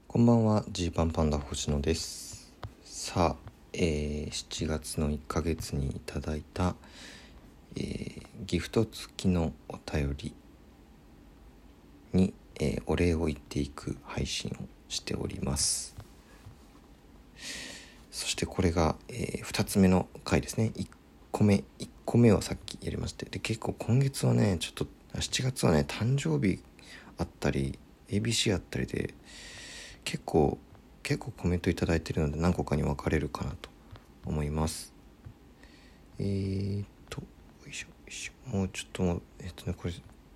こんばんは、ジーパンパンダ星野です。さあ、7月の1ヶ月にいただいた、ギフト付きのお便りに、お礼を言っていく配信をしております。そしてこれが、2つ目の回ですね。1個目をさっきやりまして、で結構今月はね、7月はね、誕生日あったり ABC あったりで結構コメントいただいているので何個かに分かれるかなと思います。よいしょもうちょっとこれ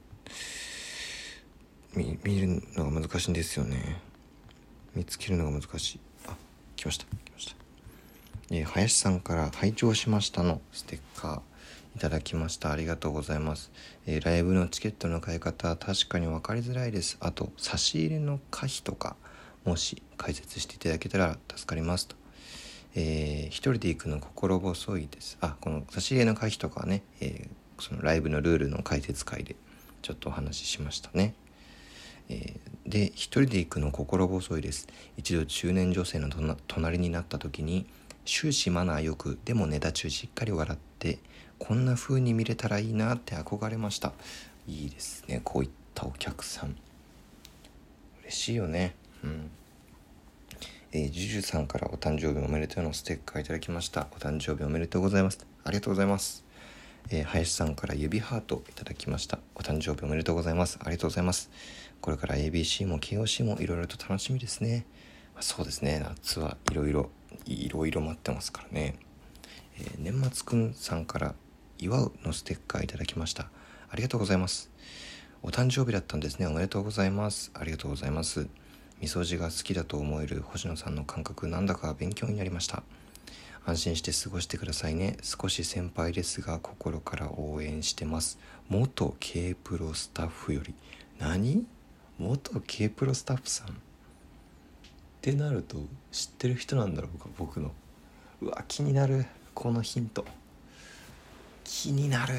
見るのが難しいんですよね。見つけるのが難しい。来ました。林さんから拝聴しましたのステッカーいただきました。ありがとうございます。ライブのチケットの買い方は確かに分かりづらいです。あと差し入れの可否とかもし解説していただけたら助かりますと。一人で行くの心細いです。この差し入れの可否とかはね、そのライブのルールの解説会でちょっとお話ししましたね。で一人で行くの心細いです。一度中年女性の隣になった時に終始マナーよく、でもネタ中しっかり笑って、こんな風に見れたらいいなって憧れました。いいですね、こういったお客さん嬉しいよね。ジュジュさんからお誕生日おめでとうのステッカーいただきました。お誕生日おめでとうございます。ありがとうございます。林さんから指ハートいただきました。お誕生日おめでとうございます。ありがとうございます。これから ABC も KOC もいろいろと楽しみですね。そうですね、夏はいろいろ待ってますからね。年末くんさんから祝うのステッカーいただきました。ありがとうございます。お誕生日だったんですね。おめでとうございます。ありがとうございます。みそじが好きだと思える星野さんの感覚、なんだか勉強になりました。安心して過ごしてくださいね。少し先輩ですが心から応援してます。元 K プロスタッフより。何？元 K プロスタッフさんってなると知ってる人なんだろうか、僕の。うわ、気になる。このヒント気になる。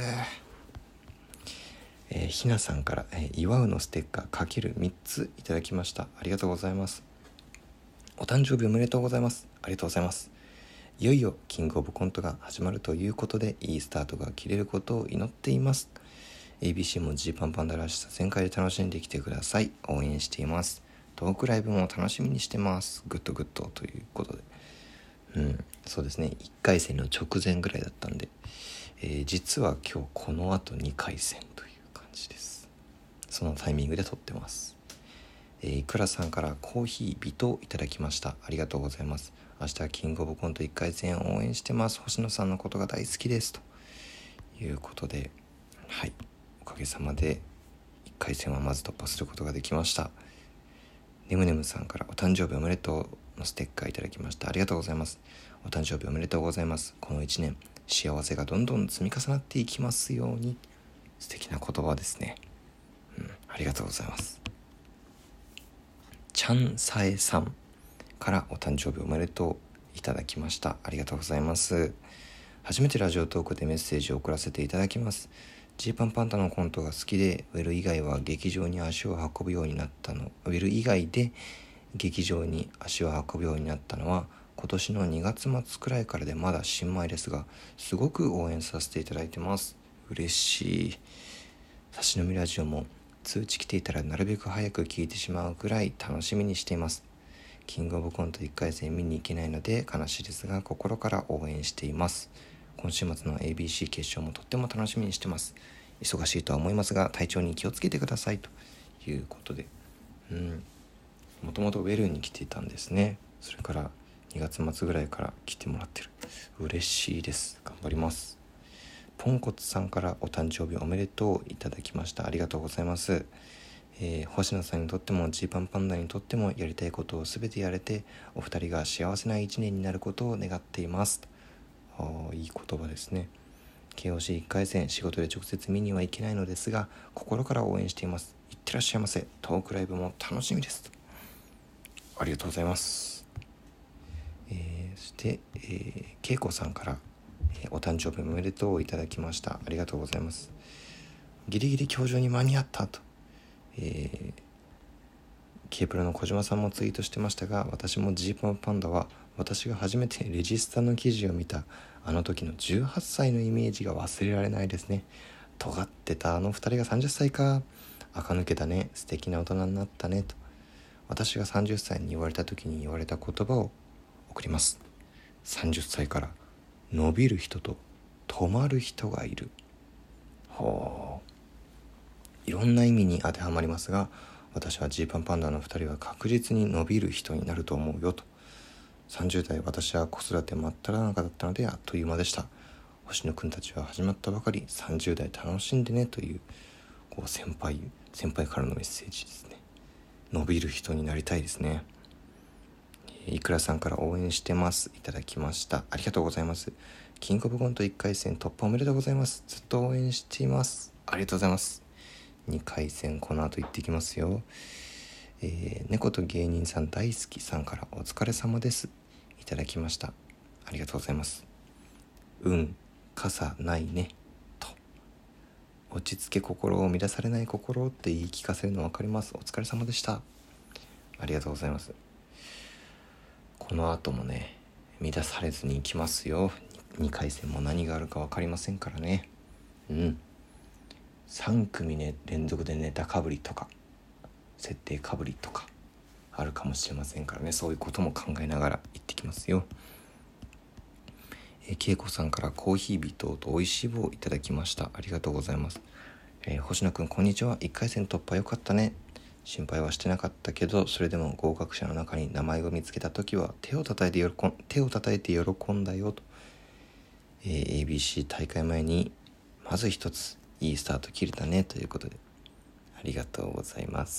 ひなさんから、祝うのステッカーかける3ついただきました。ありがとうございます。お誕生日おめでとうございます。ありがとうございます。いよいよキングオブコントが始まるということで、いいスタートが切れることを祈っています。 ABC もジーパンパンダらしさ全開で楽しんできてください。応援しています。トークライブも楽しみにしてます。グッドグッドということで、そうですね、1回戦の直前ぐらいだったんで、実は今日この後2回戦という感じです。そのタイミングで撮ってます。いくらさんからコーヒー微糖いただきました。ありがとうございます。明日はキングオブコント1回戦応援してます。星野さんのことが大好きですということで、はい、おかげさまで1回戦はまず突破することができました。ねむねむさんからお誕生日おめでとうのステッカーいただきました。ありがとうございます。お誕生日おめでとうございます。この1年幸せがどんどん積み重なっていきますように。素敵な言葉ですね。ありがとうございます。ちゃんさえさんからお誕生日おめでとういただきました。ありがとうございます。初めてラジオトークでメッセージを送らせていただきます。ジーパンパンダのコントが好きで、ウェル以外で劇場に足を運ぶようになったのは今年の2月末くらいからで、まだ新米ですがすごく応援させていただいてます。嬉しい。差し飲みラジオも通知来ていたらなるべく早く聞いてしまうくらい楽しみにしています。キングオブコント1回戦見に行けないので悲しいですが心から応援しています。今週末の ABC 決勝もとっても楽しみにしてます。忙しいとは思いますが体調に気をつけてくださいということで、もともとウェルに来ていたんですね。それから2月末ぐらいから来てもらってる。嬉しいです。頑張ります。ポンコツさんからお誕生日おめでとういただきました。ありがとうございます。星野さんにとってもジーパンパンダにとってもやりたいことを全てやれて、お二人が幸せな一年になることを願っています。いい言葉ですね。 KOC1 回戦仕事で直接見には行けないのですが心から応援しています。いってらっしゃいませ。トークライブも楽しみです。ありがとうございます。そして、けいこさんから、お誕生日おめでとういただきました。ありがとうございます。ギリギリ今日中に間に合ったと、 K プロの小島さんもツイートしてましたが、私もジーパンパンダは私が初めてレジスタの記事を見たあの時の18歳のイメージが忘れられないですね。尖ってたあの2人が30歳か。垢抜けたね、素敵な大人になったねと、私が30歳に言われた時に言われた言葉を送ります。30歳から伸びる人と止まる人がいる。いろんな意味に当てはまりますが、私はジーパンパンダの2人は確実に伸びる人になると思うよと。30代、私は子育て真っ只中だったのであっという間でした。星野くんたちは始まったばかり、30代楽しんでねという、先輩からのメッセージですね。伸びる人になりたいですね。いくらさんから応援してますいただきました。ありがとうございます。キングオブコント1回戦突破おめでとうございます。ずっと応援しています。ありがとうございます。2回戦この後行ってきますよ。猫と芸人さん大好きさんからお疲れ様ですいただきました。ありがとうございます。傘ないねと、落ち着け心を乱されない心って言い聞かせるの分かります。お疲れ様でした。ありがとうございます。この後もね、乱されずに行きますよ。2回戦も何があるか分かりませんからね。3組ね連続でネタかぶりとか設定かぶりとかあるかもしれませんからね。そういうことも考えながら行ってきますよ。恵子さんからコーヒー微糖と美味しい棒をいただきました。ありがとうございます。星野くんこんにちは。1回戦突破よかったね。心配はしてなかったけど、それでも合格者の中に名前を見つけた時は手を叩いて喜んだよと。ABC 大会前にまず一ついいスタート切れたねということで、ありがとうございます。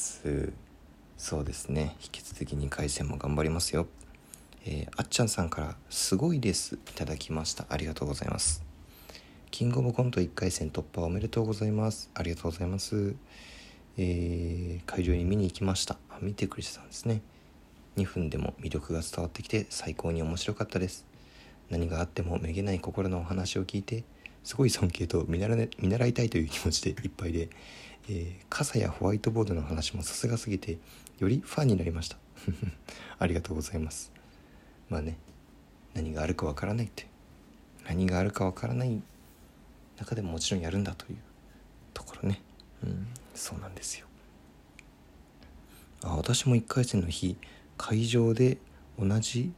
そうですね、引き続き2回戦も頑張りますよ。あっちゃんさんからすごいですいただきました。ありがとうございます。キングオブコント1回戦突破おめでとうございます。ありがとうございます。会場に見に行きました。見てくれてたんですね。2分でも魅力が伝わってきて最高に面白かったです。何があってもめげない心のお話を聞いて、すごい尊敬と見習いたいという気持ちでいっぱいで、傘やホワイトボードの話もさすがすぎてよりファンになりましたありがとうございます。まあね、何があるかわからない中でももちろんやるんだというところね。そうなんですよ。私も1回戦の日、会場で同じ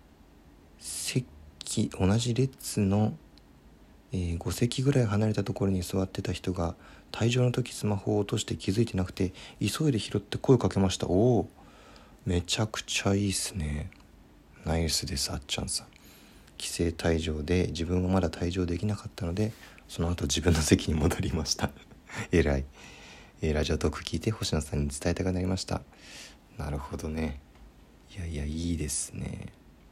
列の、5席ぐらい離れたところに座ってた人が退場の時スマホを落として気づいてなくて、急いで拾って声をかけました。めちゃくちゃいいっすね。ナイスです。あっちゃんさん。規制退場で自分はまだ退場できなかったので、その後自分の席に戻りました偉い。ラジオトーク聞いて星野さんに伝えたくなりました。なるほどね。いいですね。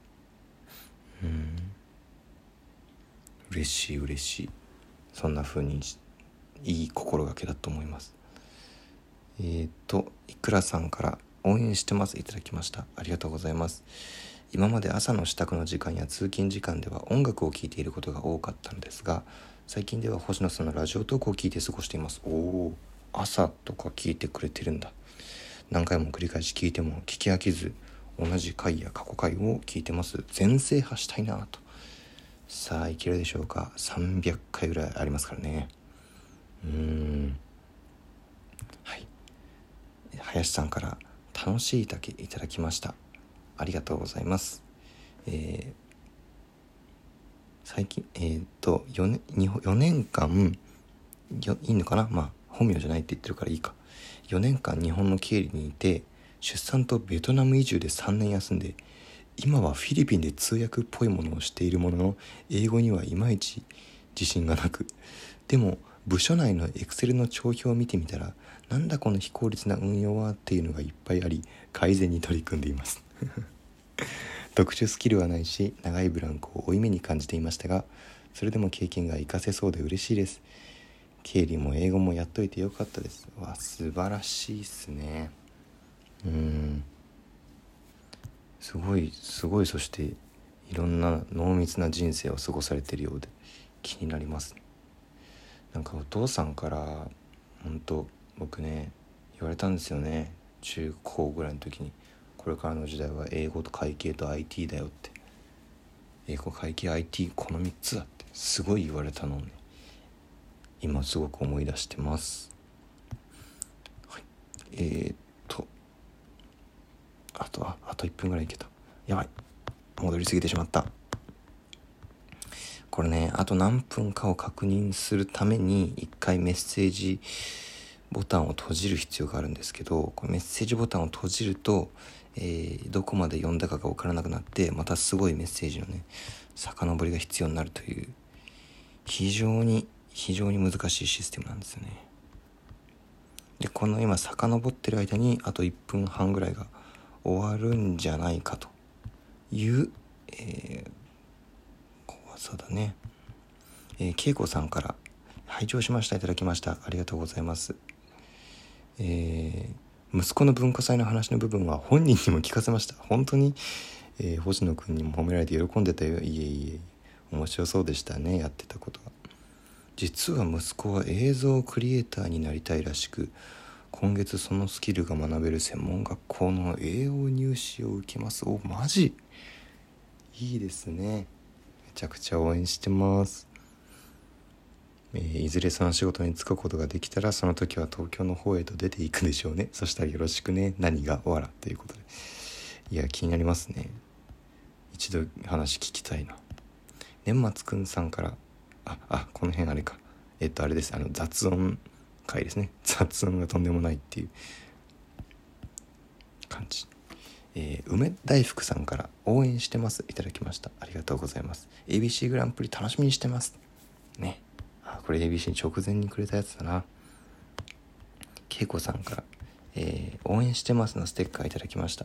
嬉しい。そんな風にいい心がけだと思います。いくらさんから応援してますいただきました。ありがとうございます。今まで朝の支度の時間や通勤時間では音楽を聴いていることが多かったのですが、最近では星野さんのラジオトークを聞いて過ごしています。朝とか聞いてくれてるんだ。何回も繰り返し聞いても聞き飽きず、同じ回や過去回を聞いてます。全制覇したいなと。さあいけるでしょうか。300回ぐらいありますからね。はい。林さんから楽しい竹いただきました。ありがとうございます。最近4年間いいのかな、本名じゃないって言ってるからいいか。4年間日本の経理にいて、出産とベトナム移住で3年休んで、今はフィリピンで通訳っぽいものをしているものの、英語にはいまいち自信がなく、でも部署内のエクセルの帳票を見てみたら、なんだこの非効率な運用はっていうのがいっぱいあり、改善に取り組んでいます特殊スキルはないし、長いブランクを負い目に感じていましたが、それでも経験が活かせそうで嬉しいです。経理も英語もやっといてよかったです。素晴らしいっすね。すごい。そしていろんな濃密な人生を過ごされているようで気になりますね。なんかお父さんから僕ね言われたんですよね。 中高ぐらいの時に、これからの時代は英語と会計と IT だよって、英語会計 IT この3つだってすごい言われたのをね、今すごく思い出してます。はい、あと1分ぐらいいけた。やばい、戻りすぎてしまった。これね、あと何分かを確認するために一回メッセージボタンを閉じる必要があるんですけど、これメッセージボタンを閉じると、どこまで読んだかが分からなくなって、またすごいメッセージのね遡りが必要になるという非常に難しいシステムなんですよね。でこの今遡ってる間にあと1分半ぐらいが終わるんじゃないかという、怖さだね。恵子さんから拝聴しました、いただきました。ありがとうございます。息子の文化祭の話の部分は本人にも聞かせました。本当に、星野くんにも褒められて喜んでたよ。いえ面白そうでしたね、やってたことが。実は息子は映像クリエイターになりたいらしく、今月そのスキルが学べる専門学校の栄養入試を受けます。お、マジいいですね。めちゃくちゃ応援してます。いずれその仕事に就くことができたら、その時は東京の方へと出ていくでしょうね。そしたらよろしくね、何がわらということで。いや、気になりますね。一度話聞きたいな。年末くんさんからこの辺あれか、あれです、雑音回ですね。雑音がとんでもないっていう感じ。梅大福さんから応援してます、いただきました。ありがとうございます。 ABC グランプリ楽しみにしてますね。これ ABC 直前にくれたやつだな。恵子さんから、応援してますのステッカーいただきました。